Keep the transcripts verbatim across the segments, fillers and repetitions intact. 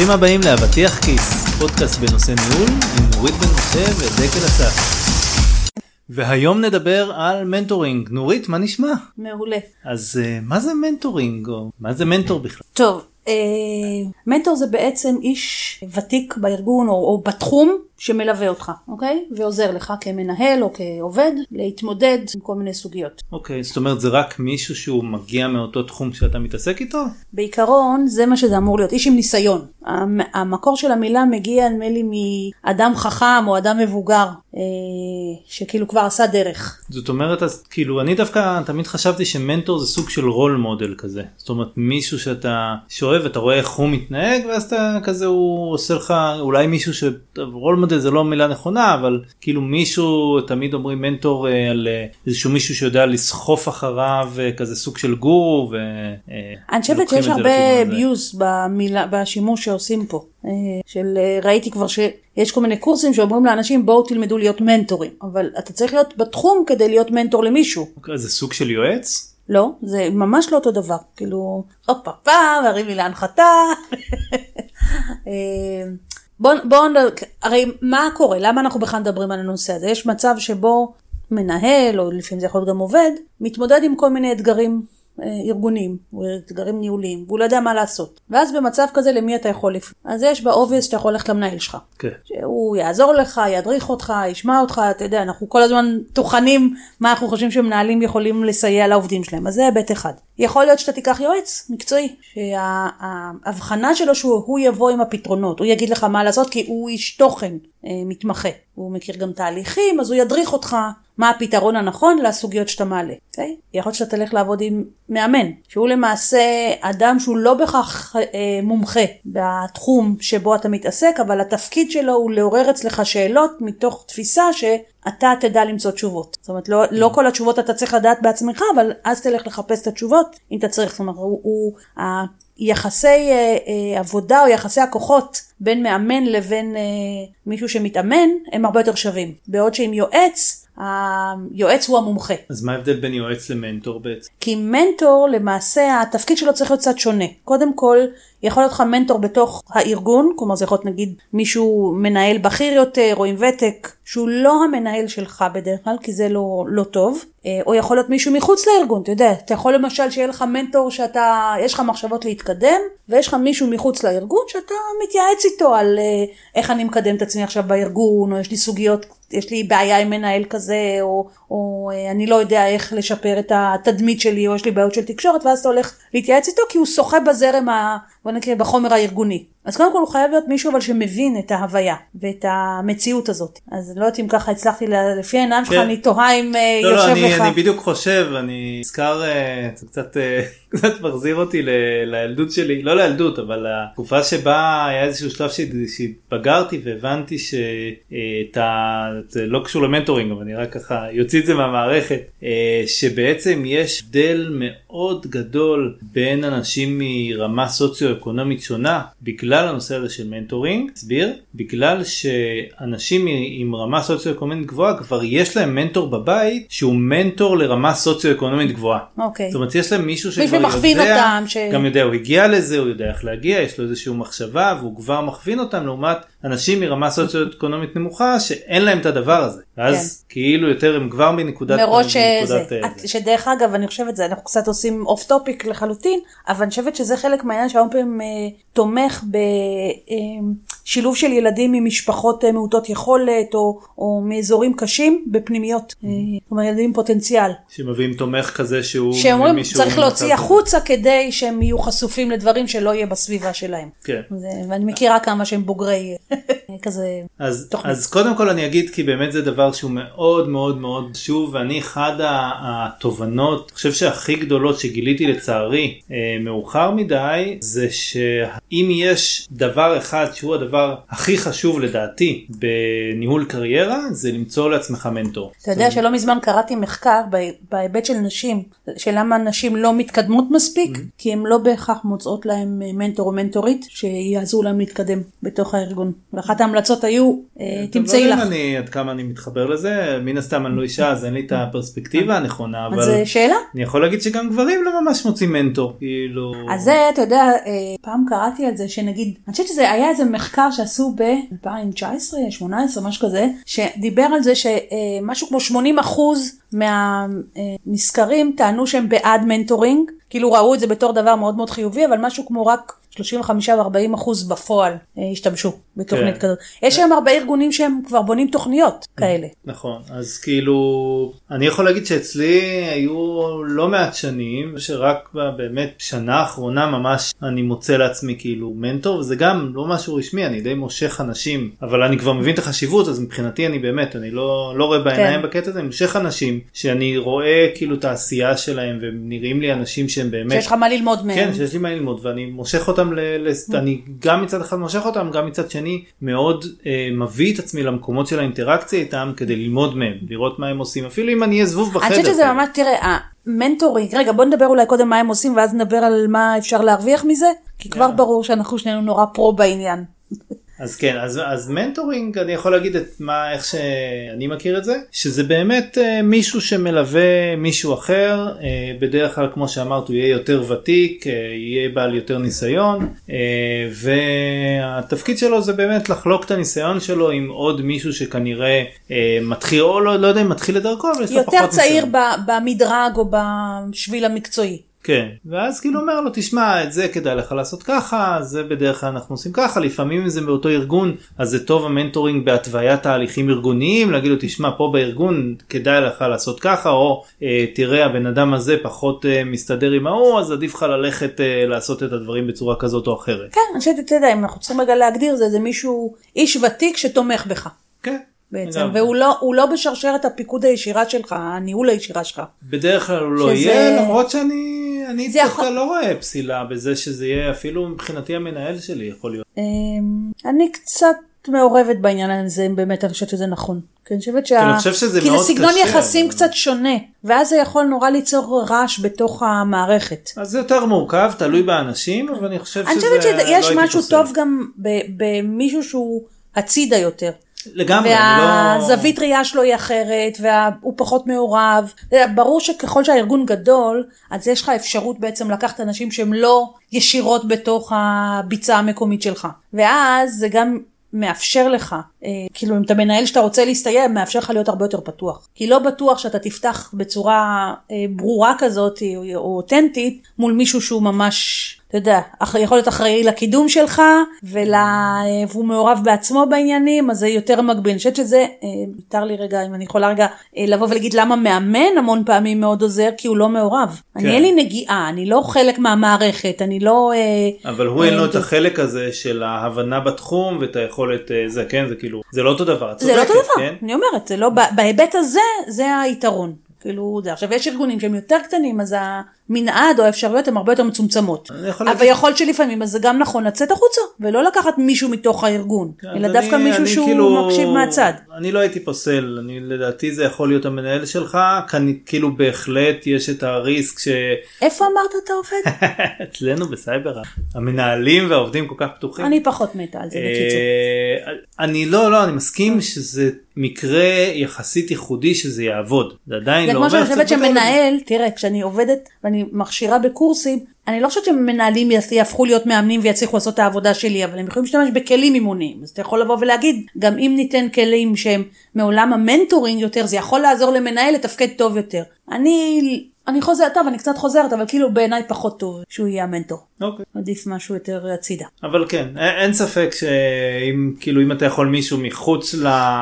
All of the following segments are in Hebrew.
ברוכים הבאים לאבטיח כיס, פודקאסט בנושא ניהול עם נורית בן משה ודקל אסף. והיום נדבר על מנטורינג. נורית, מה נשמע? מעולה. אז מה זה מנטורינג? או מה זה מנטור בכלל? טוב, אה, מנטור זה בעצם איש ותיק בארגון או, או בתחום שמלווה אותך, אוקיי? ועוזר לך כמנהל או כעובד להתמודד עם כל מיני סוגיות. אוקיי, זאת אומרת זה רק מישהו שהוא מגיע מאותו תחום שאתה מתעסק איתו? בעיקרון זה מה שזה אמור להיות, איש עם ניסיון. המקור של המילה מגיע נדמה לי מאדם חכם או אדם מבוגר שכאילו כבר עשה דרך. זאת אומרת, אז כאילו אני דווקא תמיד חשבתי שמנטור זה סוג של רול מודל כזה. זאת אומרת מישהו שאתה שואב, אתה רואה איך הוא מתנהג ואז אתה כזה הוא עושה לך, אולי מישהו שרול מודל זה לא מילה נכונה, אבל כאילו מישהו, תמיד אומרים מנטור על איזשהו מישהו שיודע לסחוף אחריו, כזה סוג של גורו, ו... אני חושבת שיש הרבה ביוז במילה, בשימוש שעושים פה. של ראיתי כבר שיש כל מיני קורסים שאומרים לאנשים בואו תלמדו להיות מנטורים, אבל אתה צריך להיות בתחום כדי להיות מנטור למישהו. אוקיי, זה סוג של יועץ? לא, זה ממש לא אותו דבר. כאילו, הופה פה, מרים לי להנחתה. בוא, בוא, הרי מה קורה? למה אנחנו בכלל מדברים על הנושא הזה? יש מצב שבו מנהל, או לפעמים זה יכול להיות גם עובד, מתמודד עם כל מיני אתגרים ארגונים, או אתגרים ניהוליים, והוא לא יודע מה לעשות. ואז במצב כזה למי אתה יכול לפנות? אז יש באובייס שאתה יכול ללכת למנהל שלך. כן. שהוא יעזור לך, ידריך אותך, ישמע אותך, אתה יודע, אנחנו כל הזמן תוכנים מה אנחנו חושבים שמנהלים יכולים לסייע לעובדים שלהם. אז זה היבט אחד. יכול להיות שאתה תיקח יועץ מקצועי, שההבחנה שלו שהוא יבוא עם הפתרונות, הוא יגיד לך מה לעשות, כי הוא איש תוכן מתמחה. הוא מכיר גם תהליכים, אז הוא ידריך אותך מה הפתרון הנכון לסוגיות שאתה מעלה. Okay? יכול להיות שאתה תלך לעבוד עם מאמן, שהוא למעשה אדם שהוא לא בכך אה, מומחה בתחום שבו אתה מתעסק, אבל התפקיד שלו הוא לעורר אצלך שאלות מתוך תפיסה שאתה תדע למצוא תשובות. זאת אומרת, לא, לא כל התשובות אתה צריך לדעת בעצמך, אבל אז תלך לחפש את התשובות אם אתה צריך. זאת אומרת, הוא... הוא יחסי אה, אה, עבודה או יחסי הכוחות בין מאמן לבין אה, מישהו שמתאמן הם הרבה יותר שווים. בעוד שעם יועץ, היועץ הוא המומחה. אז מה ההבדל בין יועץ למנטור בעצם? כי מנטור למעשה התפקיד שלו צריך להיות קצת שונה. קודם כל יכול להיות לך מנטור בתוך הארגון, כלומר זה יכול להיות נגיד מישהו מנהל בכיר יותר או עם ותק, שהוא לא המנהל שלך בדרך כלל, כי זה לא, לא טוב. או יכול להיות מישהו מחוץ לארגון, אתה יודע, אתה יכול למשל שיהיה לך מנטור שאתה, יש לך מחשבות להתקדם, ויש לך מישהו מחוץ לארגון שאתה מתייעץ איתו על איך אני מקדם את עצמי עכשיו בארגון, או יש לי סוגיות, יש לי בעיה עם מנהל כזה, או, או אני לא יודע איך לשפר את התדמית שלי, או יש לי בעיות של תקשורת, ואז אתה הולך להתייעץ איתו, כי הוא שוחה בזרם, ה, בוא נקרא, בחומר הארגוני. אז קודם כל הוא חייב להיות מישהו אבל שמבין את ההוויה ואת המציאות הזאת. אז לא יודעת אם ככה הצלחתי, לפי העיניים שלך אני תוהה אם יושב לך. לא, לא, אני בדיוק חושב, אני נזכר, קצת קצת מחזיר אותי לילדות שלי, לא לילדות, אבל התקופה שבה היה איזשהו שלב שהתבגרתי והבנתי שזה לא קשור למנטורינג, אבל אני רק ככה יוציא את זה מהמערכת, שבעצם יש הבדל מאוד גדול בין אנשים מרמה סוציו-אקונומית שונה, בגלל הנושא הזה של מנטורינג, תסביר, בגלל שאנשים עם רמה סוציו-אקונומית גבוהה, כבר יש להם מנטור בבית, שהוא מנטור לרמה סוציו-אקונומית גבוהה. אוקיי. זאת אומרת, יש להם מישהו שכבר יודע, אותם, ש... גם יודע, הוא הגיע לזה, הוא יודע איך להגיע, יש לו איזשהו מחשבה, והוא כבר מכווין אותם, לעומת אנשים מרמה סוציו-אקונומית נמוכה, שאין להם את הדבר הזה. ואז כן. כאילו יותר הם כבר מנקודת... מראש שזה. את, שדרך אגב, אני חושבת זה, אנחנו קצת עושים אוף טופיק לחלוטין, אבל אני חושבת שזה חלק מהעניין שהיום פעמים אה, תומך בשילוב אה, של ילדים ממשפחות אה, מעוטות יכולת, או, או מאזורים קשים בפנימיות. אה, זאת אומרת, ילדים עם פוטנציאל. שמביאים תומך כזה שהוא... שאומרים, צריך להוציא החוצה כדי שהם יהיו חשופים לדברים שלא יהיה בסביבה שלהם. כן. זה, ואני מכירה כמה שהם בוגרי כזה אז, תוכנית. אז קודם כל אני אגיד, כי באמת זה דבר שהוא מאוד מאוד מאוד חשוב, ואני אחד התובנות, אני חושב שהכי גדולות שגיליתי לצערי מאוחר מדי, זה שאם יש דבר אחד שהוא הדבר הכי חשוב לדעתי בניהול קריירה, זה למצוא לעצמך מנטור. אתה יודע שלא מזמן קראתי מחקר בהיבט של נשים, של למה נשים לא מתקדמות מספיק, mm-hmm. כי הן לא בהכרח מוצאות להם מנטור או מנטורית שיעזרו להם להתקדם בתוך הארגון. ואחת אחת ההמלצות היו, תמצאי לך. אני, עד כמה אני מתחבר לזה, מן הסתם אני לא אישה, אז אין לי את הפרספקטיבה הנכונה, אבל... אז שאלה? אני יכול להגיד שגם גברים לא ממש מוצאים מנטור, כאילו... אז זה, אתה יודע, פעם קראתי על זה, שנגיד, אני חושבת שזה היה איזה מחקר שעשו ב-אלפיים תשע עשרה, שמונה עשרה, משהו כזה, שדיבר על זה שמשהו כמו שמונים אחוז מהנסקרים טענו שהם בעד מנטורינג, כאילו ראו את זה בתור דבר מאוד מאוד חיובי, אבל משהו כמו רק שלושים וחמישה עד ארבעים אחוז בפועל השתמשו בתוכנית כזאת. יש שם הרבה ארגונים שהם כבר בונים תוכניות כאלה. נכון, אז כאילו, אני יכול להגיד שאצלי היו לא מעט שנים, שרק באמת שנה האחרונה ממש אני מוצא לעצמי כאילו מנטור, וזה גם לא משהו רשמי, אני די מושך אנשים, אבל אני כבר מבין את החשיבות, אז מבחינתי אני באמת, אני לא, לא רואה בעיניים בקטע הזה, אני מושך אנשים שאני רואה כאילו את העשייה שלהם, והם נראים לי אנשים שהם באמת... שיש לך מה ללמוד מהם. כן, שיש לי מה ללמוד, ואני מושך אותם ל... אני גם מצד אחד מושך אותם, גם מצד שני מאוד אה, מביא את עצמי למקומות של האינטראקציה איתם, כדי ללמוד מהם, לראות מה הם עושים, אפילו אם אני אהיה זבוב בחדר. אני חושבת שזה ממש, תראה, המנטורינג, רגע בוא נדבר אולי קודם מה הם עושים, ואז נדבר על מה אפשר להרוויח מזה, כי כבר ברור שאנחנו שנינו נורא פרו בעניין. אז כן, אז, אז מנטורינג, אני יכול להגיד את מה, איך שאני מכיר את זה, שזה באמת אה, מישהו שמלווה מישהו אחר, אה, בדרך כלל כמו שאמרת, הוא יהיה יותר ותיק, אה, יהיה בעל יותר ניסיון, אה, והתפקיד שלו זה באמת לחלוק את הניסיון שלו עם עוד מישהו שכנראה אה, מתחיל, או לא, לא יודע אם מתחיל לדרכו, אבל יש לו פחות ניסיון. יותר צעיר במדרג או בשביל המקצועי. כן, ואז כאילו אומר לו, תשמע, את זה כדאי לך לעשות ככה, זה בדרך כלל אנחנו עושים ככה, לפעמים זה באותו ארגון, אז זה טוב המנטורינג בהתוויית תהליכים ארגוניים, להגיד לו, תשמע, פה בארגון כדאי לך לעשות ככה, או אה, תראה, הבן אדם הזה פחות אה, מסתדר עם ההוא, אז עדיף לך ללכת אה, לעשות את הדברים בצורה כזאת או אחרת. כן, אני חושבת, אתה יודע, אם אנחנו צריכים רגע להגדיר זה, זה מישהו, איש ותיק שתומך בך. כן. בעצם, והוא לא, הוא לא בשרשרת הפיקוד הישירה שלך, הניהול הישירה שלך. בדרך כלל הוא לא יהיה, למרות שאני אני דווקא לא רואה פסילה בזה שזה יהיה, אפילו מבחינתי המנהל שלי יכול להיות. אני קצת מעורבת בעניין הזה, באמת אני חושבת שזה נכון. כי אני חושבת שה... כי זה סגנון יחסים קצת שונה, ואז זה יכול נורא ליצור רעש בתוך המערכת. אז זה יותר מורכב, תלוי באנשים, אבל אני חושב שזה לא הייתי פוסל. אני חושבת שיש משהו טוב גם במישהו שהוא הצידה יותר. לגמרי, והזווית לא... ראייה שלו היא אחרת, והוא פחות מעורב. ברור שככל שהארגון גדול, אז יש לך אפשרות בעצם לקחת אנשים שהם לא ישירות בתוך הביצה המקומית שלך. ואז זה גם מאפשר לך, אה, כאילו אם אתה מנהל שאתה רוצה להסתיים, מאפשר לך להיות הרבה יותר פתוח. כי לא בטוח שאתה תפתח בצורה אה, ברורה כזאת או, או אותנטית, מול מישהו שהוא ממש... אתה יודע, יכול להיות אחראי לקידום שלך, והוא מעורב בעצמו בעניינים, אז זה יותר מגביל. אני חושבת שזה, יותר לי רגע, אם אני יכולה רגע לבוא ולהגיד למה מאמן המון פעמים מאוד עוזר, כי הוא לא מעורב. אני אין לי נגיעה, אני לא חלק מהמערכת, אני לא... אבל הוא אין לו את החלק הזה של ההבנה בתחום, ואת היכולת, זה כן, זה כאילו, זה לא אותו דבר. זה לא אותו דבר, אני אומרת, זה לא, בהיבט הזה, זה היתרון. כאילו, זה. עכשיו יש ארגונים שהם יותר קטנים, אז המנעד או האפשרויות הן הרבה יותר מצומצמות. אבל יכול שלפעמים, אז זה גם נכון לצאת החוצה, ולא לקחת מישהו מתוך הארגון, אלא דווקא מישהו שהוא מקשיב מהצד. אני לא הייתי פוסל, אני לדעתי זה יכול להיות המנהל שלך, כאן כאילו בהחלט יש את הריסק ש... איפה אמרת אתה עובד? אצלנו בסייבר, המנהלים והעובדים כל כך פתוחים. אני פחות מתה על זה בקיצור. אני לא, לא, אני מסכים שזה מקרה יחסית ייחודי שזה יעבוד. זה עדיין לא אומר... זה כמו שאני חושבת שמנהל, תראה, כשאני עובדת ואני מכשירה בקורסים, אני לא חושבת שמנהלים יהפכו להיות מאמנים ויצליחו לעשות את העבודה שלי, אבל הם יכולים להשתמש בכלים אימוניים. אז אתה יכול לבוא ולהגיד, גם אם ניתן כלים שהם מעולם המנטורינג יותר, זה יכול לעזור למנהל לתפקד טוב יותר. אני... אני חוזרת, טוב, אני קצת חוזרת, אבל כאילו בעיניי פחות טוב שהוא יהיה המנטור. אוקיי. עדיף משהו יותר הצידה. אבל כן, אין ספק שאם, כאילו, אם אתה יכול מישהו מחוץ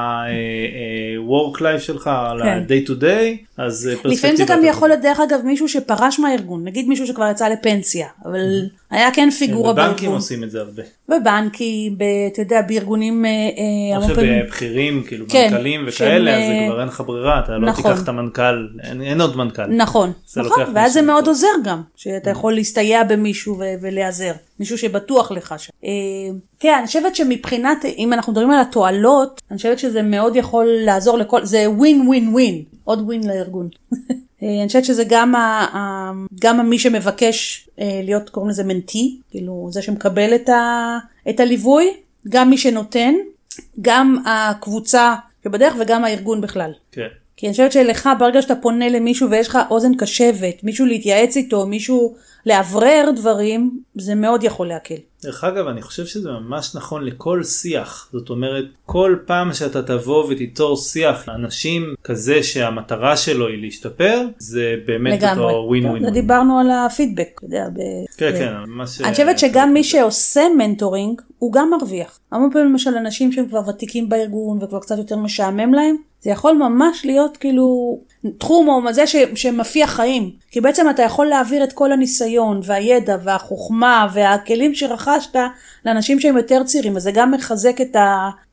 ל-work life שלך, ל-day to day, אז פרספקטיבה. לפעמים זה גם יכול להיות, דרך אגב, מישהו שפרש מהארגון, נגיד מישהו שכבר יצא לפנסיה, אבל היה כן פיגורה בארגון. בבנקים עושים את זה הרבה. בבנקים, אתה יודע, בארגונים... או שבבחירים, כאילו, מנכ"לים וכאלה, אז זה כבר אין לך ברירה, אתה לא תיקח את המנכ"ל, אין עוד מנכ"ל. נכון, נכון, ואז זה מאוד עוזר גם, שאתה יכול להסתייע במישהו ולהיעזר, מישהו שבטוח לך שם. תראה, אני חושבת שמבחינת, אם אנחנו מדברים על התועלות, אני חושבת שזה מאוד יכול לעזור לכל, זה ווין ווין ווין, עוד ווין לארגון. אני חושבת שזה גם, ה, גם מי שמבקש להיות, קוראים לזה מנטי, כאילו זה שמקבל את, ה, את הליווי, גם מי שנותן, גם הקבוצה שבדרך וגם הארגון בכלל. כן. כי אני חושבת שלך, ברגע שאתה פונה למישהו ויש לך אוזן קשבת, מישהו להתייעץ איתו, מישהו לעברר דברים, זה מאוד יכול להקל. דרך אגב, אני חושב שזה ממש נכון לכל שיח. זאת אומרת, כל פעם שאתה תבוא ותיצור שיח לאנשים כזה שהמטרה שלו היא להשתפר, זה באמת לגמרי. אותו ווין ווין. לגמרי. דיברנו על הפידבק. אתה יודע, ב... כן, ב... כן. ממש... אני חושבת שגם מי שעושה מנטורינג, הוא גם מרוויח. המון פעמים למשל אנשים שהם כבר ותיקים בארגון וכבר קצת יותר משעמם להם, זה יכול ממש להיות כאילו תחום או זה ש, שמפיע חיים. כי בעצם אתה יכול להעביר את כל הניסיון והידע והחוכמה והכלים שרכשת לאנשים שהם יותר צעירים. וזה גם מחזק את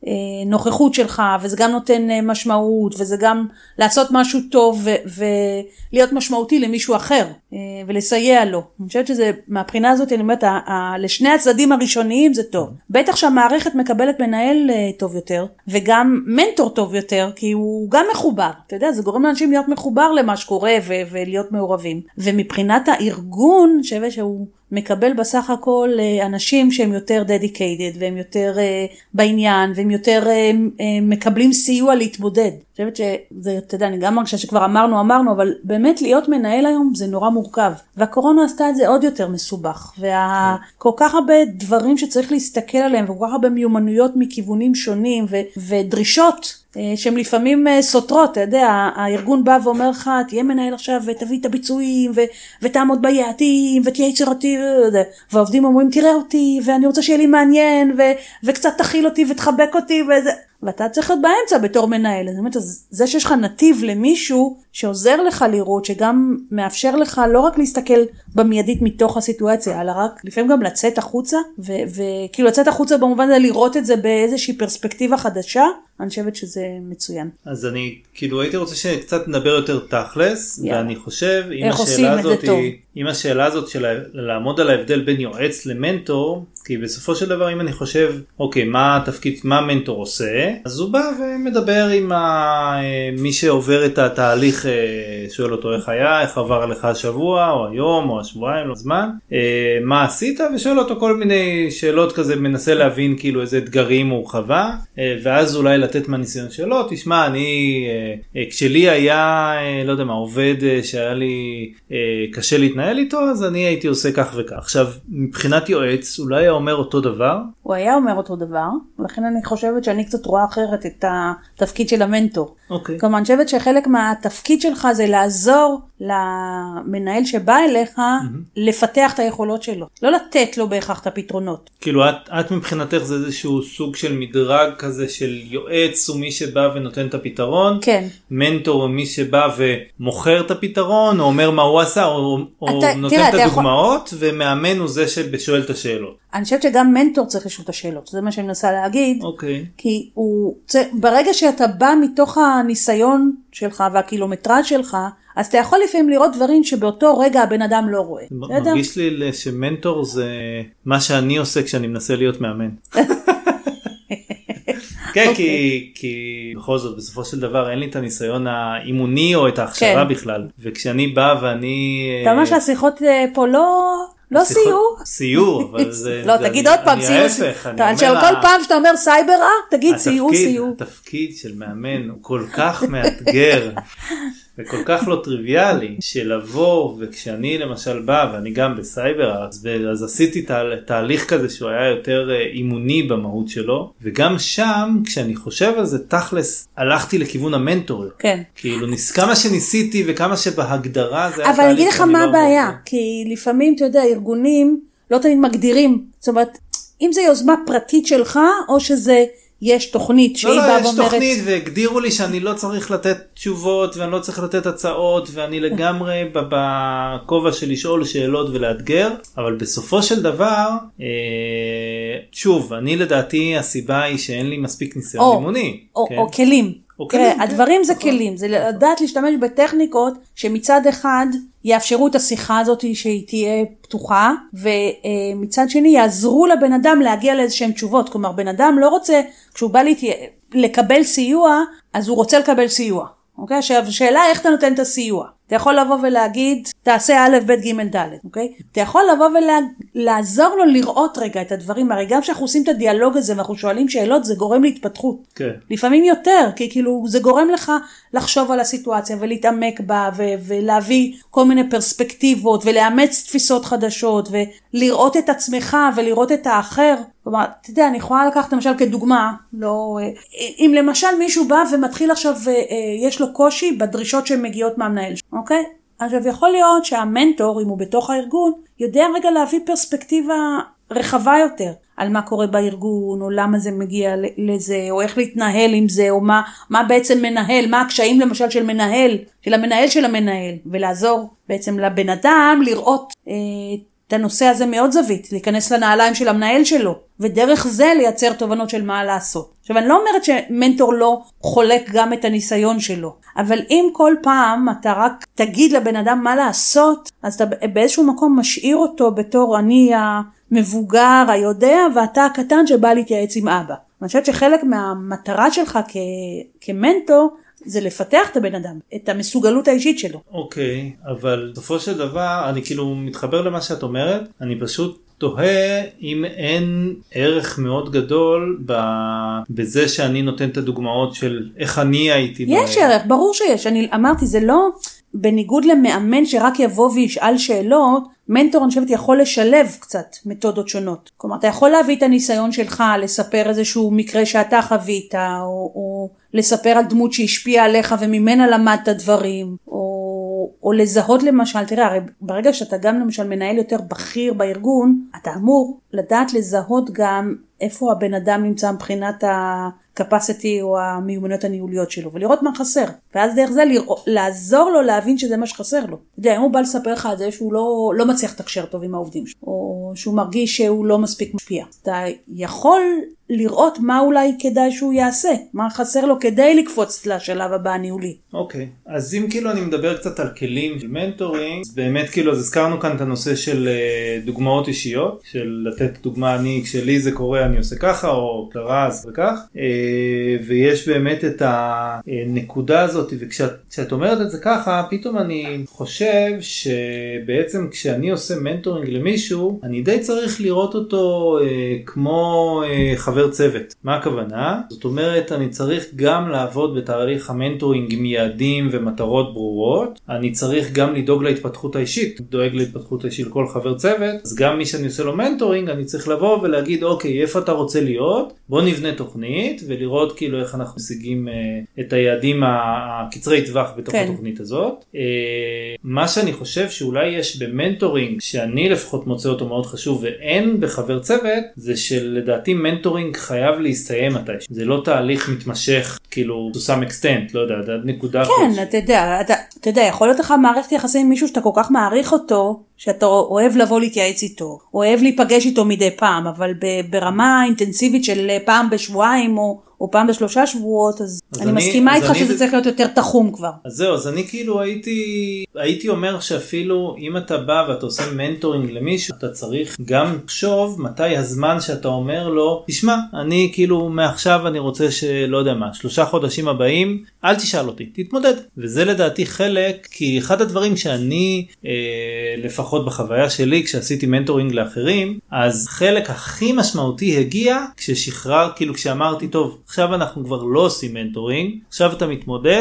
הנוכחות שלך, וזה גם נותן משמעות, וזה גם לעשות משהו טוב ו- ולהיות משמעותי למישהו אחר ולסייע לו. אני חושבת שזה מהבחינה הזאת, אני אומרת, ה- ה- לשני הצדדים הראשוניים זה טוב. בטח שהמערכת מקבלת מנהל טוב יותר, וגם מנטור טוב יותר, כי הוא גם מחובר. אתה יודע, זה גורם לאנשים להיות מחובר למה שקורה ו- ולהיות מעורבים. ומבחינת הארגון, שווה שהוא מקבל בסך הכל אנשים שהם יותר dedicated, והם יותר uh, בעניין, והם יותר uh, uh, מקבלים סיוע להתמודד. אני חושבת שזה, אתה יודע, אני גם מרגישה שכבר אמרנו, אמרנו, אבל באמת להיות מנהל היום זה נורא מורכב. והקורונה עשתה את זה עוד יותר מסובך. וכל כך הרבה דברים שצריך להסתכל עליהם, וכל כך הרבה מיומנויות מכיוונים שונים, ו- ודרישות, שהם לפעמים סותרות, אתה יודע, הארגון בא ואומר לך, תהיה מנהל עכשיו ותביא את הביצועים, ו- ותעמוד ביעדים, ותהיה יצירתי, והעובדים אומרים, תראה אותי, ואני רוצה שיהיה לי מעניין, ו- וקצת תכיל אותי ותחבק אותי, וזה... ואתה צריך להיות באמצע בתור מנהל. זאת אומרת, זה שיש לך נתיב למישהו שעוזר לך לראות, שגם מאפשר לך לא רק להסתכל במיידית מתוך הסיטואציה, אלא רק לפעמים גם לצאת החוצה, וכאילו לצאת החוצה במובן זה לראות את זה באיזושהי פרספקטיבה חדשה, אני חושבת שזה מצוין. אז אני כאילו הייתי רוצה שקצת נדבר יותר תכלס, yeah. ואני חושב, אם השאלה הזאת היא, אם השאלה הזאת של לעמוד על ההבדל בין יועץ למנטור, כי בסופו של דבר אם אני חושב, אוקיי, מה התפקיד, מה המנטור עושה, אז הוא בא ומדבר עם ה... מי שעובר את התהליך, שואל אותו איך היה, איך עבר לך השבוע, או היום, או השבועיים, לא זמן, מה עשית, ושואל אותו כל מיני שאלות כזה, מנסה להבין כאילו איזה אתגרים הוא חווה, ואז אולי לתת מהניסיון שלו, תשמע, אני, כשלי היה, לא יודע מה, עובד שהיה לי קשה להתנהל איתו, אז אני הייתי עושה כך וכך. עכשיו, מבחינת יועץ, אולי היה אומר אותו דבר? הוא היה אומר אותו דבר, ולכן אני חושבת שאני קצת רואה אחרת את התפקיד של המנטור. אוקיי. כלומר, אני חושבת שחלק מהתפקיד שלך זה לעזור למנהל שבא אליך mm-hmm. לפתח את היכולות שלו. לא לתת לו בהכרח את הפתרונות. כאילו, את, את מבחינתך זה איזשהו סוג של מדרג כזה של יועץ הוא מי שבא ונותן את הפתרון. כן. מנטור הוא מי שבא ומוכר את הפתרון, או אומר מה הוא עשה, או, או אתה, נותן תראה, את הדוגמאות, יכול... ומאמן הוא זה ששואל את השאלות. אני חושבת שגם מנטור צריך לשאול את השאלות. זה מה שאני מנסה להגיד. אוקיי. כי הוא, ברגע שאתה בא מתוך הניסיון שלך והקילומטראז' שלך, אז אתה יכול לפעמים לראות דברים שבאותו רגע הבן אדם לא רואה. מרגיש לי שמנטור זה מה שאני עושה כשאני מנסה להיות מאמן. כן, כי, כי בכל זאת, בסופו של דבר, אין לי את הניסיון האימוני או את ההכשרה בכלל. וכשאני בא ואני... אתה אומר שהשיחות פה לא... לא סיור. סיור, אבל זה... לא, תגיד עוד פעם סיור. אני אומר... כל פעם שאתה אומר סייבר, תגיד סיור, סיור. התפקיד של מאמן הוא כל כך מאתגר, וכל כך לא טריוויאלי, שלבוא, וכשאני למשל בא, ואני גם בסייבר, אז, אז עשיתי תה, תהליך כזה שהוא היה יותר אימוני במהות שלו, וגם שם, כשאני חושב על זה, תכלס, הלכתי לכיוון המנטור. כן. כאילו, כמה שניסיתי, וכמה שבהגדרה זה היה אבל אני אגיד לך מה הבעיה, כי לפעמים, אתה יודע, ארגונים לא תמיד מגדירים, זאת אומרת, אם זה יוזמה פרטית שלך, או שזה... יש תוכנית שהיא באה ואומרת... לא, לא, יש תוכנית והגדירו לי שאני לא צריך לתת תשובות ואני לא צריך לתת הצעות ואני לגמרי בכובע של לשאול שאלות ולאתגר, אבל בסופו של דבר, שוב, אני לדעתי הסיבה היא שאין לי מספיק ניסיון אימוני. או כלים. תראה, הדברים זה כלים, זה לדעת להשתמש בטכניקות שמצד אחד יאפשרו את השיחה הזאת שהיא תהיה פתוחה, ומצד שני יעזרו לבן אדם להגיע לאיזשהם תשובות. כלומר, בן אדם לא רוצה, כשהוא בא לקבל סיוע, אז הוא רוצה לקבל סיוע. אוקיי? עכשיו, השאלה איך אתה נותן את הסיוע. אתה יכול לבוא ולהגיד, תעשה א', ב', ג', ד', אוקיי? אתה יכול לבוא ולעזור לו לראות רגע את הדברים, הרי גם שאנחנו עושים את הדיאלוג הזה, ואנחנו שואלים שאלות, זה גורם להתפתחות. כן. לפעמים יותר, כי כאילו זה גורם לך לחשוב על הסיטואציה, ולהתעמק בה, ו- ולהביא כל מיני פרספקטיבות, ולאמץ תפיסות חדשות, ולראות את עצמך, ולראות את האחר. כלומר, אתה יודע, אני יכולה לקחת למשל כדוגמה, לא, אם למשל מישהו בא ומתחיל עכשיו, יש לו קושי בדרישות שמגיעות מהמנהל, אוקיי? עכשיו יכול להיות שהמנטור, אם הוא בתוך הארגון, יודע רגע להביא פרספקטיבה רחבה יותר, על מה קורה בארגון, או למה זה מגיע לזה, או איך להתנהל עם זה, או מה, מה בעצם מנהל, מה הקשיים למשל של מנהל, של המנהל של המנהל, ולעזור בעצם לבן אדם לראות אה, את הנושא הזה מאוד זווית, להיכנס לנעליים של המנהל שלו, ודרך זה לייצר תובנות של מה לעשות. עכשיו, אני לא אומרת שמנטור לא חולק גם את הניסיון שלו, אבל אם כל פעם אתה רק תגיד לבן אדם מה לעשות, אז אתה באיזשהו מקום משאיר אותו בתור אני המבוגר, היודע, ואתה הקטן שבא להתייעץ עם אבא. אני חושבת שחלק מהמטרה שלך כ- כמנטור, זה לפתח את הבן אדם, את המסוגלות האישית שלו. אוקיי, אבל בסופו של דבר, אני כאילו מתחבר למה שאת אומרת, אני פשוט תוהה אם אין ערך מאוד גדול בזה שאני נותן את הדוגמאות של איך אני הייתי. יש ערך, ברור שיש. אני אמרתי, זה לא בניגוד למאמן שרק יבוא וישאל שאלות, מנטור אני חושבת יכול לשלב קצת מתודות שונות. כלומר, אתה יכול להביא את הניסיון שלך, לספר איזשהו מקרה שאתה חווית, או, או לספר על דמות שהשפיעה עליך וממנה למדת דברים, או, או לזהות למשל, תראה, הרי ברגע שאתה גם למשל מנהל יותר בכיר בארגון, אתה אמור לדעת לזהות גם איפה הבן אדם נמצא מבחינת ה-capacity או המיומנויות הניהוליות שלו, ולראות מה חסר. ואז דרך זה לעזור לו להבין שזה מה שחסר לו. אתה יודע, אם הוא בא לספר לך על זה שהוא לא, לא מצליח לתקשר טוב עם העובדים שלו, או שהוא מרגיש שהוא לא מספיק משפיע. אתה יכול לראות מה אולי כדאי שהוא יעשה, מה חסר לו כדי לקפוץ לשלב הבא הניהולי. אוקיי, אז אם כאילו אני מדבר קצת על כלים של מנטורינג, אז באמת כאילו אז הזכרנו כאן את הנושא של דוגמאות אישיות, של לתת דוגמה אני, כשלי זה קורה אני עושה ככה, או קרה אז וכך, ויש באמת את הנקודה הזאת, וכשאת אומרת את זה ככה, פתאום אני חושב שבעצם כשאני עושה מנטורינג למישהו, אני די צריך לראות אותו כמו חבר צוות. מה הכוונה? זאת אומרת, אני צריך גם לעבוד בתהליך המנטורינג עם יעדים ומטרות ברורות, אני צריך גם לדאוג להתפתחות האישית, דואג להתפתחות האישית לכל חבר צוות, אז גם מי שאני עושה לו מנטורינג, אני צריך לבוא ולהגיד, אוקיי, איפה אתה רוצה להיות? בוא נבנה תוכנית, ולראות כאילו איך אנחנו משיגים uh, את היעדים הקצרי טווח בתוך כן. התוכנית הזאת. Uh, מה שאני חושב שאולי יש במנטורינג, שאני לפחות מוצא אותו מאוד חשוב, ואין בחבר צוות, זה שלדעתי מנטורינג חייב להסתיים מתישהו. זה לא תהליך מתמשך, כאילו, to some extent, לא יודע, עד נקודה. כן, אתה יודע, אתה, אתה יודע, יכול להיות לך מערכת יחסים עם מישהו שאתה כל כך מעריך אותו, שאתה אוהב לבוא להתייעץ איתו, אוהב להיפגש איתו מדי פעם, אבל ברמה אינטנסיבית של פעם בשבועיים או, או פעם בשלושה שבועות, אז, אז אני, אני מסכימה איתך שזה זה... צריך להיות יותר תחום כבר. אז זהו, אז אני כאילו הייתי, הייתי אומר שאפילו אם אתה בא ואתה עושה מנטורינג למישהו, אתה צריך גם לחשוב מתי הזמן שאתה אומר לו, תשמע, אני כאילו מעכשיו אני רוצה שלא יודע מה, שלושה חודשים הבאים, אל תשאל אותי, תתמודד. וזה לדעתי חלק, כי אחד הדברים שאני אה, לפחות בחוויה שלי, כשעשיתי מנטורינג לאחרים, אז חלק הכי משמעותי הגיע כששחרר, כאילו כשאמרתי, טוב, עכשיו אנחנו כבר לא עושים מנטורינג, עכשיו אתה מתמודד,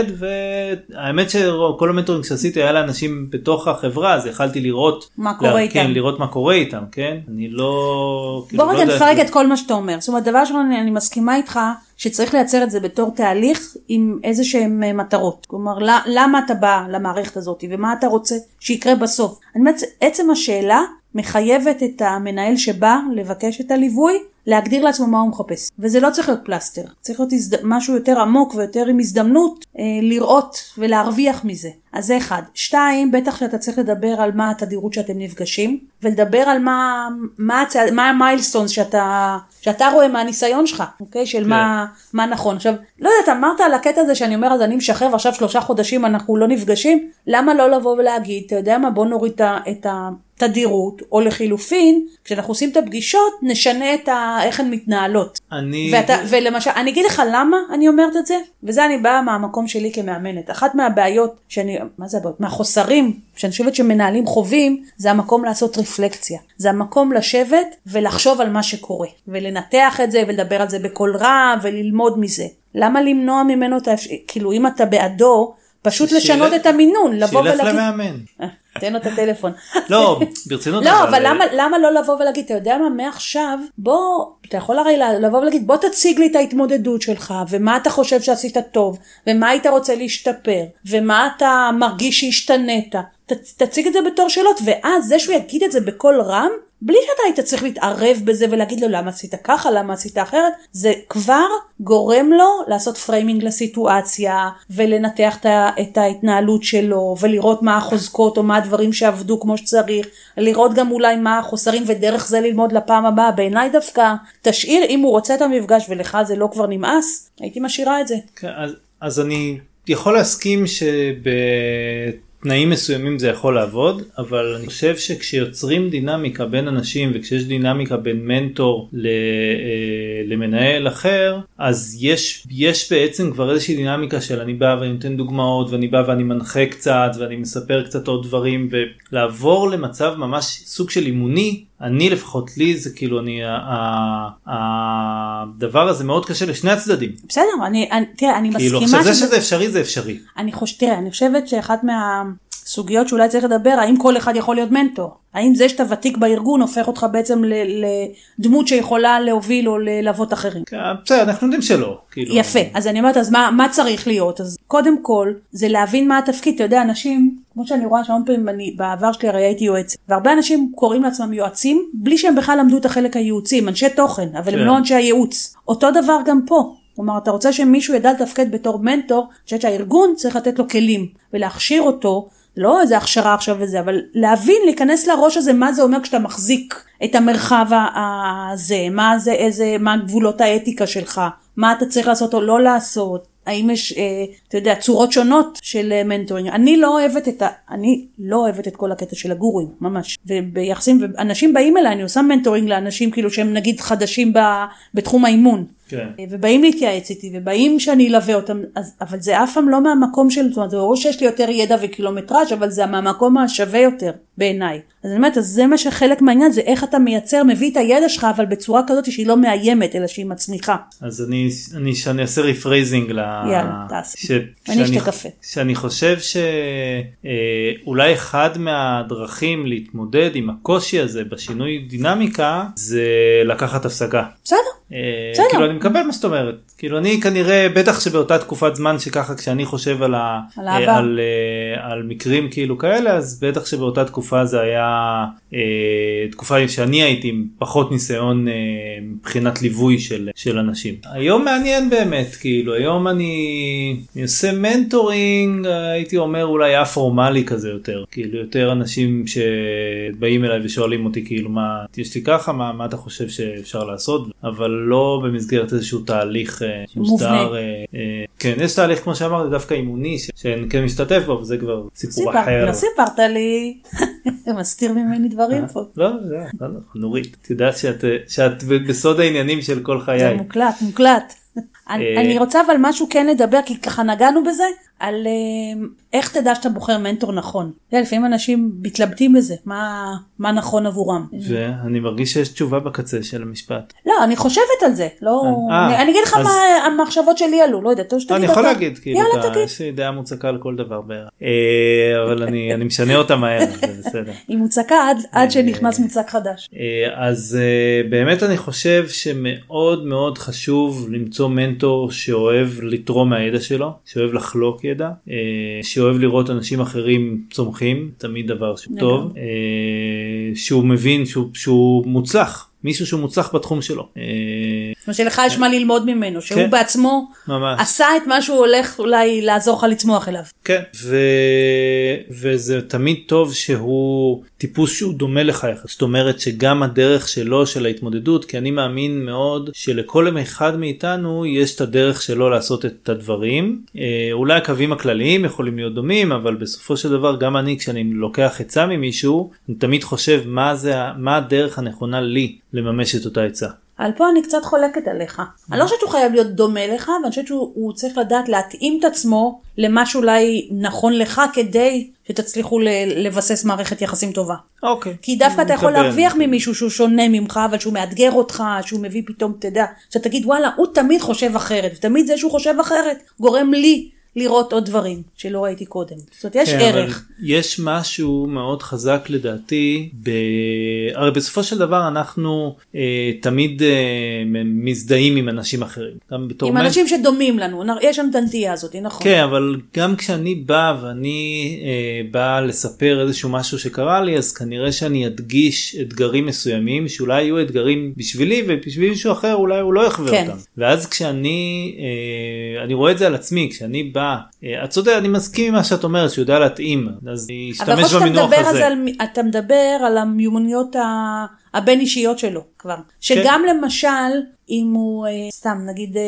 והאמת שכל המנטורינג שעשיתי היה לאנשים בתוך החברה, אז יכלתי לראות, מה קורה לה, איתם. כן, לראות מה קורה איתם, כן? אני לא... בוא רגע כאילו, נפרק לא את כל מה שאתה אומר. זאת אומרת, דבר שלנו, אני, אני מסכימה איתך, שצריך לייצר את זה בתור תהליך עם איזה שהם מטרות. כלומר, למה אתה בא למערכת הזאת, ומה אתה רוצה שיקרה בסוף. אני אומרת, עצם השאלה מחייבת את המנהל שבא לבקש את הליווי, להגדיר לעצמו מה הוא מחפש. וזה לא צריך להיות פלסטר. צריך להיות הזד... משהו יותר עמוק ויותר עם הזדמנות אה, לראות ולהרוויח מזה. אז זה אחד. שתיים, בטח שאתה צריך לדבר על מה התדירות שאתם נפגשים, ולדבר על מה, מה, הצע... מה המיילסטונס שאתה, שאתה רואה מהניסיון שלך, אוקיי? של yeah. מה, מה נכון. עכשיו, לא יודעת, אמרת על הקטע הזה שאני אומר, אז אני משחרר, ועכשיו שלושה חודשים אנחנו לא נפגשים, למה לא לבוא ולהגיד, אתה יודע מה, בוא נוריד את ה... תדירות, או לחילופין, כשאנחנו עושים את הפגישות, נשנה את ה... איך הן מתנהלות. אני... ואתה, ולמשל, אני אגיד לך למה אני אומרת את זה, וזה אני באה מהמקום שלי כמאמנת. אחת מהבעיות, שאני, מה זה הבעיות? מהחוסרים, שאני חושבת שמנהלים חווים, זה המקום לעשות רפלקציה. זה המקום לשבת ולחשוב על מה שקורה, ולנתח את זה, ולדבר על זה בקול רע, וללמוד מזה. למה למנוע ממנו את האפשר... כאילו, אם אתה בעדו, פשוט לשנות את המינון, לבוא ולהגיד... שילך למאמן. תן לו את הטלפון. לא, ברצינות. לא, אבל למה, למה לא לבוא ולהגיד, אתה יודע מה, מעכשיו, בוא, אתה יכול הרי לבוא ולהגיד, בוא תציג לי את ההתמודדות שלך, ומה אתה חושב שעשית טוב, ומה היית רוצה להשתפר, ומה אתה מרגיש שהשתנית, ת, תציג את זה בתור שאלות, ואז זה שהוא יגיד את זה בכל רם, בלי שאתה היית צריך להתערב בזה ולהגיד לו למה עשית ככה, למה עשית אחרת, זה כבר גורם לו לעשות פריימינג לסיטואציה, ולנתח את ההתנהלות שלו, ולראות מה החוזקות או מה הדברים שעבדו כמו שצריך, לראות גם אולי מה החוסרים, ודרך זה ללמוד לפעם הבאה. בעיניי דווקא, תשאיר, אם הוא רוצה את המפגש ולך זה לא כבר נמאס, הייתי משאירה את זה. כן, אז, אז אני יכול להסכים שב... תנאים מסוימים זה יכול לעבוד, אבל אני חושב שכשיוצרים דינמיקה בין אנשים, וכשיש דינמיקה בין מנטור למנהל אחר, אז יש, יש בעצם כבר איזושהי דינמיקה של אני בא ואני נותן דוגמאות, ואני בא ואני מנחה קצת, ואני מספר קצת עוד דברים, ולעבור למצב ממש סוג של אימוני, אני לפחות לי זה כאילו אני, הדבר הזה מאוד קשה לשני הצדדים. בסדר, אני, תראה, אני מסכימה. כאילו, זה שזה אפשרי זה אפשרי. אני חושבת, תראה, אני חושבת שאחת מהסוגיות שאולי צריך לדבר, האם כל אחד יכול להיות מנטור? האם זה שאתה ותיק בארגון הופך אותך בעצם לדמות שיכולה להוביל או ללוות אחרים? בסדר, אנחנו יודעים שלא. יפה, אז אני אומרת, אז מה, מה צריך להיות? אז קודם כל, זה להבין מה התפקיד. אתה יודע, אנשים, כמו שאני רואה שהמון פעמים, אני, בעבר שלי הרי הייתי יועצת, והרבה אנשים קוראים לעצמם יועצים, בלי שהם בכלל למדו את החלק הייעוצי, אנשי תוכן, אבל הם לא אנשי הייעוץ. אותו דבר גם פה. כלומר, אתה רוצה שמישהו ידע לתפקד בתור מנטור, אני חושבת שהארגון צריך לתת לו כלים, ולהכשיר אותו, לא איזה הכשרה עכשיו וזה, אבל להבין, להיכנס לראש הזה, מה זה אומר כשאתה מחזיק את המרחב הזה, מה זה, איזה, מה גבולות האתיקה שלך, מה אתה צריך לעשות או לא לעשות, האם יש, אה, אתה יודע, צורות שונות של מנטורינג. אני לא אוהבת את ה, אני לא אוהבת את כל הקטע של הגורים, ממש. וביחסים, ואנשים באים אליי, אני עושה מנטורינג לאנשים כאילו שהם נגיד חדשים ב, בתחום האימון. כן. ובאים להתייעץ איתי, ובאים שאני אלווה אותם, אז, אבל זה אף פעם לא מהמקום של, זאת אומרת, זה או שיש לי יותר ידע וקילומטראז', אבל זה מהמקום השווה יותר בעיניי. אז אני אומרת, אז זה מה שחלק מהעניין, זה איך אתה מייצר, מביא את הידע שלך, אבל בצורה כזאת שהיא לא מאיימת, אלא שהיא מצמיחה. אז אני, אני, שאני אעשה רפרייזינג ל... יאללה, תעשי. ש... אני אשתה קפה. שאני חושב שאולי אחד מהדרכים להתמודד עם הקושי הזה בשינוי דינמיקה, זה לקחת הפסקה. בסדר. בסדר. כאילו אני מקבל מה שאת אומרת, כאילו אני כנראה בטח שבאותה תקופת זמן שככה כשאני חושב על, ה, על, על, על מקרים כאילו כאלה, אז בטח שבאותה תקופה זה היה אה, תקופה שאני הייתי עם פחות ניסיון אה, מבחינת ליווי של, של אנשים. היום מעניין באמת, כאילו היום אני, אני עושה מנטורינג, הייתי אומר אולי א-פורמלי כזה יותר, כאילו יותר אנשים שבאים אליי ושואלים אותי כאילו מה, יש לי ככה, מה, מה אתה חושב שאפשר לעשות, אבל לא במסגרת איזשהו תהליך מוסדר. כן, יש תהליך כמו שאמרתי דווקא אימוני שאני כן משתתף בו, וזה כבר סיפור אחר. לא סיפרת לי, מסתיר ממני דברים פה. לא, לא, נורית, את יודעת שאת בסוד העניינים של כל חיי. זה מוקלט, מוקלט. אני רוצה אבל משהו כן לדבר, כי ככה נגענו בזה, על איך תדע שאתה בוחר מנטור נכון. לפעמים אנשים מתלבטים בזה, מה, מה נכון עבורם. ואני מרגיש שיש תשובה בקצה של המשפט. לא, אני חושבת על זה. לא, אני, אני אגיד לך מה המחשבות שלי עלו, לא יודעת. אני יכול להגיד, כאילו, יש לי דעה מוצקה על כל דבר בערך. אבל אני, אני משנה אותה מהר, זה בסדר. היא מוצקה עד, עד שנכנס מוצק חדש. אז באמת אני חושב שמאוד מאוד חשוב למצוא מנטור שאוהב לתרום מהידע שלו, שאוהב לחלוק ידע, שאוהב לראות אנשים אחרים צומחים, תמיד דבר שהוא טוב, שהוא מבין שהוא, שהוא מוצלח, מישהו שהוא מוצלח בתחום שלו. מה שלך יש מה ללמוד ממנו, שהוא כן. בעצמו ממש. עשה את מה שהוא הולך אולי לעזור לך לצמוח אליו. כן, ו... וזה תמיד טוב שהוא טיפוס שהוא דומה לך יחד. זאת אומרת שגם הדרך שלו של ההתמודדות, כי אני מאמין מאוד שלכל אחד מאיתנו יש את הדרך שלו לעשות את הדברים. אולי הקווים הכלליים יכולים להיות דומים, אבל בסופו של דבר גם אני כשאני לוקח עצה ממישהו, אני תמיד חושב מה, זה, מה הדרך הנכונה לי לממש את אותה עצה. על פה אני קצת חולקת עליך. אני לא חושבת שהוא חייב להיות דומה לך, ואני חושבת שהוא צריך לדעת להתאים את עצמו למה שאולי נכון לך, כדי שתצליחו לבסס מערכת יחסים טובה. אוקיי. כי דווקא אתה יכול להרוויח ממישהו שהוא שונה ממך, אבל שהוא מאתגר אותך, שהוא מביא פתאום, תדע, שאתה תגיד, וואלה, הוא תמיד חושב אחרת, ותמיד זה שהוא חושב אחרת, גורם לי לראות עוד דברים שלא ראיתי קודם. זאת אומרת, יש כן, ערך. יש משהו מאוד חזק לדעתי, ב... הרי בסופו של דבר אנחנו אה, תמיד אה, מזדהים עם אנשים אחרים. גם בתור עם מנ... אנשים שדומים לנו, יש לנו את הנטייה הזאת, נכון. כן, אבל גם כשאני בא ואני אה, בא לספר איזשהו משהו שקרה לי, אז כנראה שאני אדגיש אתגרים מסוימים, שאולי יהיו אתגרים בשבילי, ובשביל מישהו אחר אולי הוא לא יחווה כן. אותם. ואז כשאני, אה, אני רואה את זה על עצמי, כשאני בא, את צודק, אני מסכים עם מה שאת אומרת, שהוא יודע להתאים, אז ישתמש במינוח הזה. על, אתה מדבר על המיומנויות הבין אישיות שלו כבר, שגם כן. למשל, אם הוא, סתם נגיד,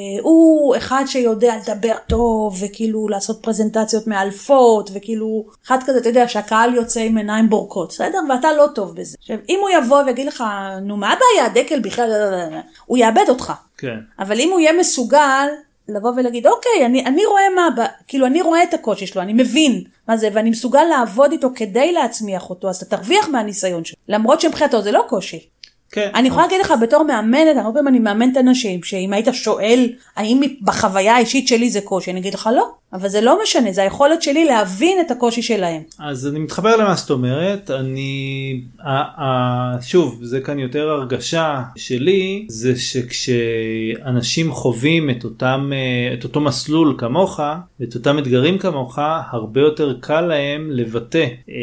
הוא אחד שיודע לדבר טוב, וכאילו לעשות פרזנטציות מאלפות, וכאילו, אחד כזה, אתה יודע, שהקהל יוצא עם עיניים בורקות, בסדר? ואתה לא טוב בזה. עכשיו, אם הוא יבוא ויגיד לך, נו, מה הבעיה, דקל בכלל, הוא יאבד אותך. כן. אבל אם הוא יהיה מסוגל, לבוא ולהגיד, אוקיי, אני, אני רואה מה, כאילו אני רואה את הקושי שלו, אני מבין מה זה, ואני מסוגל לעבוד איתו כדי להצמיח אותו, אז אתה תרוויח מהניסיון שלו. למרות שמבחינתו זה לא קושי. כן. אני יכולה להגיד לך, בתור מאמנת, הרבה פעמים אני מאמנת אנשים, שאם היית שואל, האם בחוויה האישית שלי זה קושי, אני אגיד לך לא. אבל זה לא משנה, זה היכולת שלי להבין את הקושי שלהם. אז אני מתחבר למה שאת אומרת, אני, שוב, זה כאן יותר הרגשה שלי, זה שכשאנשים חווים את אותם, את אותו מסלול כמוך, את אותם אתגרים כמוך, הרבה יותר קל להם לבטא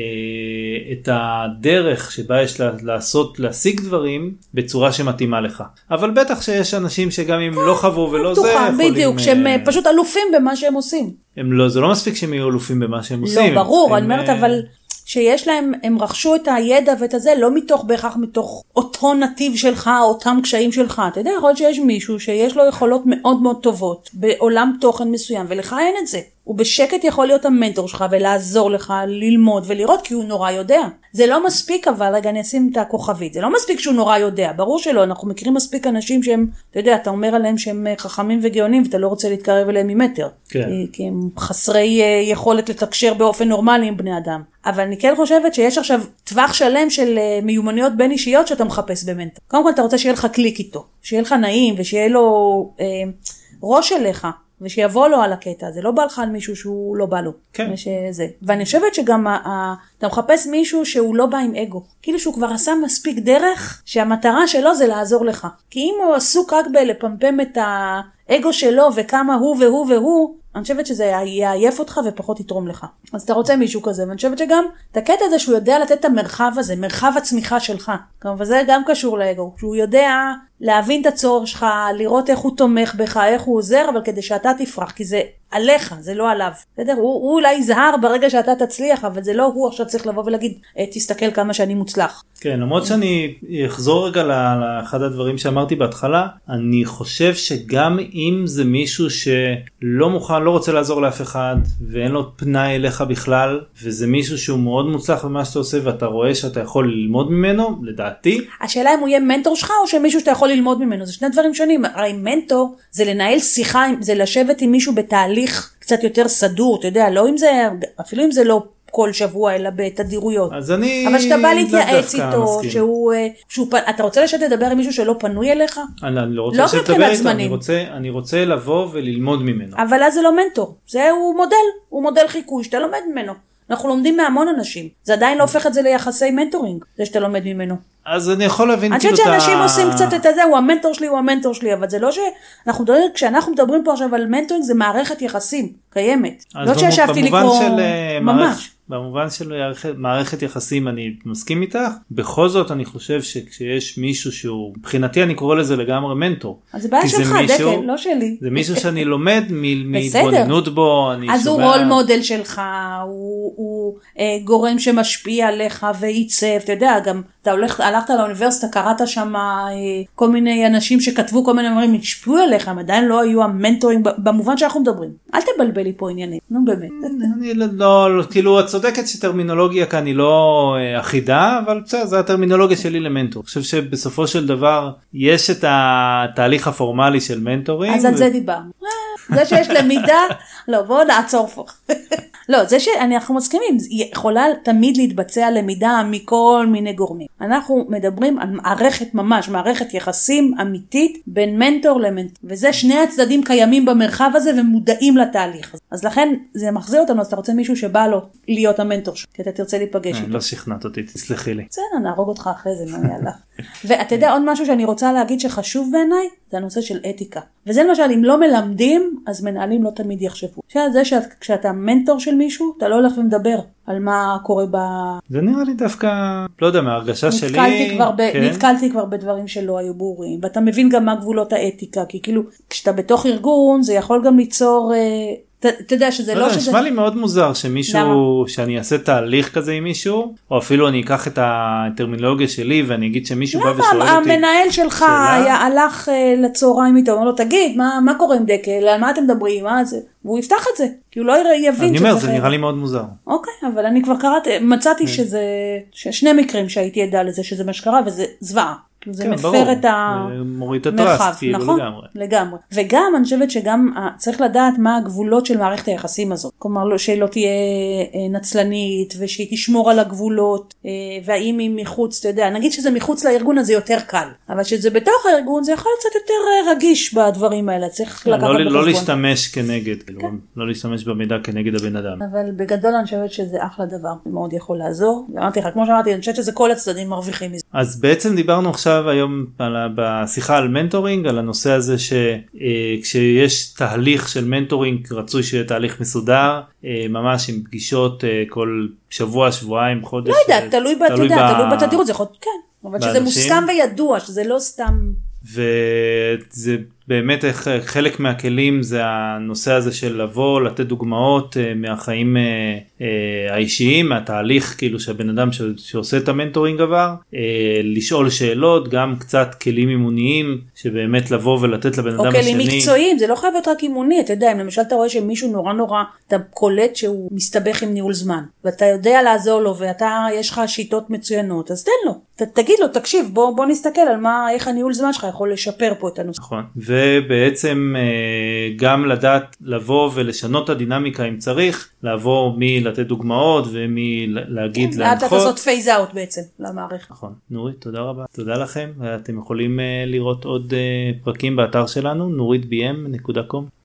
את הדרך שבה יש לעשות, להשיג דברים בצורה שמתאימה לך. אבל בטח שיש אנשים שגם אם לא חוו ולא זה, יכולים... בדיוק, שהם פשוט אלופים במה שהם עושים. הם לא, זה לא מספיק שהם יהיו אלופים במה שהם עושים. לא, ברור, אני אומרת, אבל שיש להם, הם רכשו את הידע ואת הזה, לא מתוך בהכרח מתוך אותו נתיב שלך, אותם קשיים שלך. אתה יודע, יכול להיות שיש מישהו שיש לו יכולות מאוד מאוד טובות, בעולם תוכן מסוים, ולך אין את זה. הוא בשקט יכול להיות המנטור שלך ולעזור לך ללמוד ולראות, כי הוא נורא יודע. זה לא מספיק, אבל רגע אני אשים את הכוכבית. זה לא מספיק שהוא נורא יודע, ברור שלא. אנחנו מכירים מספיק אנשים שהם, אתה יודע, אתה אומר עליהם שהם חכמים וגאונים, ואתה לא רוצה להתקרב אליהם ממטר. כן. כי הם חסרי יכולת לתקשר באופן נורמלי עם בני אדם. אבל אני כן חושבת שיש עכשיו טווח שלם של מיומנויות בין אישיות שאתה מחפש במנטור. קודם כל אתה רוצה שיהיה לך קליק איתו, שיהיה לך נעים ושיהיה לו אה, ראש אליך. ושיבוא לו על הקטע, זה לא בא לך על מישהו שהוא לא בא לו. כן. שזה. ואני חושבת שגם ה- ה- אתה מחפש מישהו שהוא לא בא עם אגו. כאילו שהוא כבר עשה מספיק דרך, שהמטרה שלו זה לעזור לך. כי אם הוא עסוק רק בלפמפם את האגו שלו, וכמה הוא והוא והוא, אני חושבת שזה יעייף אותך ופחות יתרום לך. אז אתה רוצה מישהו כזה, ואני חושבת שגם את הקטע הזה שהוא יודע לתת את המרחב הזה, מרחב הצמיחה שלך. וזה גם קשור לאגו. שהוא יודע להבין את הצורך שלך, לראות איך הוא תומך בך, איך הוא עוזר, אבל כדי שאתה תפרח, כי זה עליך, זה לא עליו. בסדר? הוא, הוא אולי יזהר ברגע שאתה תצליח, אבל זה לא הוא עכשיו צריך לבוא ולהגיד, תסתכל כמה שאני מוצלח. כן, למרות שאני אחזור רגע לאחד הדברים שאמרתי בהתחלה, אני חושב שגם אם זה מישהו שלא מוכן, לא רוצה לעזור לאף אחד, ואין לו פנאי אליך בכלל, וזה מישהו שהוא מאוד מוצלח במה שאתה עושה, ואתה רואה שאתה יכול ללמוד ממנו, לדעתי. השאלה אם הוא יהיה מנטור שלך, או שמישהו שאתה יכול ללמוד ממנו, זה שני דברים שונים. הרי מנטור זה לנהל שיחה, זה לשבת עם מישהו בתהליך קצת יותר סדור, אתה יודע, לא אם זה, אפילו אם זה לא כל שבוע, אלא בתדירויות. אז אני... אבל שאתה בא להתייעץ איתו, שהוא, שהוא, אתה רוצה לשבת לדבר עם מישהו שלא פנוי אליך? אני, אני לא רוצה לא לשבת לדבר איתו, אני רוצה, אני רוצה לבוא וללמוד ממנו. אבל אז זה לא מנטור, זה הוא מודל, הוא מודל חיקוי, שאתה לומד ממנו. אנחנו לומדים מהמון אנשים, זה עדיין לא הופך את זה ליחסי מנטורינג, זה שאתה לומד ממנו. אז אני יכול להבין כאילו את ה... אני חושבת שאנשים עושים קצת את זה, הוא המנטור שלי, הוא המנטור שלי, אבל זה לא שאנחנו מדברים, כשאנחנו מדברים פה עכשיו על מנטורינג, זה מערכת יחסים קיימת. לא שישבתי לקרוא ממש. במובן של מערכת יחסים אני מסכים איתך, בכל זאת אני חושב שכשיש מישהו שהוא, מבחינתי אני קורא לזה לגמרי מנטור. אז זה בעיה שלך, דקל, לא שלי. זה מישהו שאני לומד מהתבוננות בו, אני אז שומע... הוא רול מודל שלך, הוא, הוא אה, גורם שמשפיע עליך ועיצב, אתה יודע, גם אתה הולך, הלכת לאוניברסיטה, קראת שם אה, כל מיני אנשים שכתבו כל מיני דברים, השפיעו עליך, הם עדיין לא היו המנטורים, במובן שאנחנו מדברים. אל תבלבל לי פה עניינים, נו באמת. אני לא, כאילו את צודקת שטרמינולוגיה כאן היא לא אה, אחידה, אבל בסדר, זו הטרמינולוגיה שלי למנטור. אני חושב שבסופו של דבר יש את התהליך הפורמלי של מנטורים. אז על זה דיברנו. זה שיש למידה, לא בואו נעצור פה. לא, זה שאנחנו מסכימים, יכולה תמיד להתבצע למידה מכל מיני גורמים. אנחנו מדברים על מערכת ממש, מערכת יחסים אמיתית בין מנטור למנטור. וזה שני הצדדים קיימים במרחב הזה ומודעים לתהליך הזה. אז לכן זה מחזיר אותנו, אז אתה רוצה מישהו שבא לו להיות המנטור שלו, כי אתה תרצה להיפגש איתו. לא שכנעת אותי, תסלחי לי. בסדר, נהרוג אותך אחרי זה, מה יאללה. ואתה יודע עוד משהו שאני רוצה להגיד שחשוב בעיניי, זה הנושא של אתיקה. וזה למשל, אם לא מלמדים, אז מנהלים לא תמיד יחשבו. זה שכשאתה מנטור של מישהו, אתה לא הולך ומדבר על מה קורה ב... זה נראה לי דווקא, לא יודע, מההרגשה שלי... נתקלתי כבר, ב... כן. נתקלתי כבר בדברים שלא היו ברורים, ואתה מבין גם מה גבולות האתיקה, כי כאילו, כשאתה בתוך ארגון, זה יכול גם ליצור... אתה יודע שזה לא שזה... נשמע לי מאוד מוזר שמישהו, שאני אעשה תהליך כזה עם מישהו, או אפילו אני אקח את הטרמינולוגיה שלי ואני אגיד שמישהו בא ושואל אותי... המנהל שלך הלך לצהריים איתו, אומר לו, תגיד, מה קורה עם דקל? על מה אתם מדברים? מה זה? והוא יפתח את זה, כי הוא לא יבין... אני אומר, זה נראה לי מאוד מוזר. אוקיי, אבל אני כבר קראתי, מצאתי שזה, ששני מקרים שהייתי עדה לזה, שזה מה שקרה, וזה זוועה. זה מפר את המרחב, נכון? לגמרי. וגם אני חושבת שגם צריך לדעת מה הגבולות של מערכת היחסים הזאת. כלומר, שלא תהיה נצלנית, ושהיא תשמור על הגבולות, והאם היא מחוץ, אתה יודע, נגיד שזה מחוץ לארגון, אז זה יותר קל. אבל שזה בתוך הארגון, זה יכול להיות קצת יותר רגיש בדברים האלה. צריך לקחת בחשבון. לא להשתמש כנגד, לא להשתמש במידע כנגד הבן אדם. אבל בגדול אני חושבת שזה אחלה דבר, מאוד יכול לעזור. אמרתי לך, כמו שאמרתי, אני חושבת שזה כל הצדדים מרוויחים מזה. אז בעצם דיברנו עכשיו היום בשיחה על מנטורינג, על הנושא הזה שכשיש תהליך של מנטורינג רצוי שיהיה תהליך מסודר, ממש עם פגישות כל שבוע, שבועיים, חודש. לא יודעת, תלוי בתדירות, זה יכול, כן, אבל שזה מוסכם וידוע, שזה לא סתם... וזה באמת חלק מהכלים זה הנושא הזה של לבוא, לתת דוגמאות מהחיים האישיים, מהתהליך כאילו שהבן אדם שעושה את המנטורינג עבר, לשאול שאלות, גם קצת כלים אימוניים, שבאמת לבוא ולתת לבן אדם השני. או כלים מקצועיים, זה לא חייב להיות רק אימוני, אתה יודע, אם למשל אתה רואה שמישהו נורא נורא, אתה קולט שהוא מסתבך עם ניהול זמן, ואתה יודע לעזור לו, ואתה, יש לך שיטות מצוינות, אז תן לו, ת, תגיד לו, תקשיב, בוא, בוא נסתכל על מה, איך הניהול זמן שלך יכול לשפר פה את הנושא. נכון, ובעצם גם לדעת לבוא ולשנות את הדינמיקה אם צריך, לעבור מלתת דוגמאות ומלהגיד להנחות. לאט לעשות פייז אאוט בעצם למערכת. נכון, נורית, תודה רבה. תודה לכם, ואתם יכולים לראות עוד פרקים באתר שלנו, נורית בי אם דוט קום.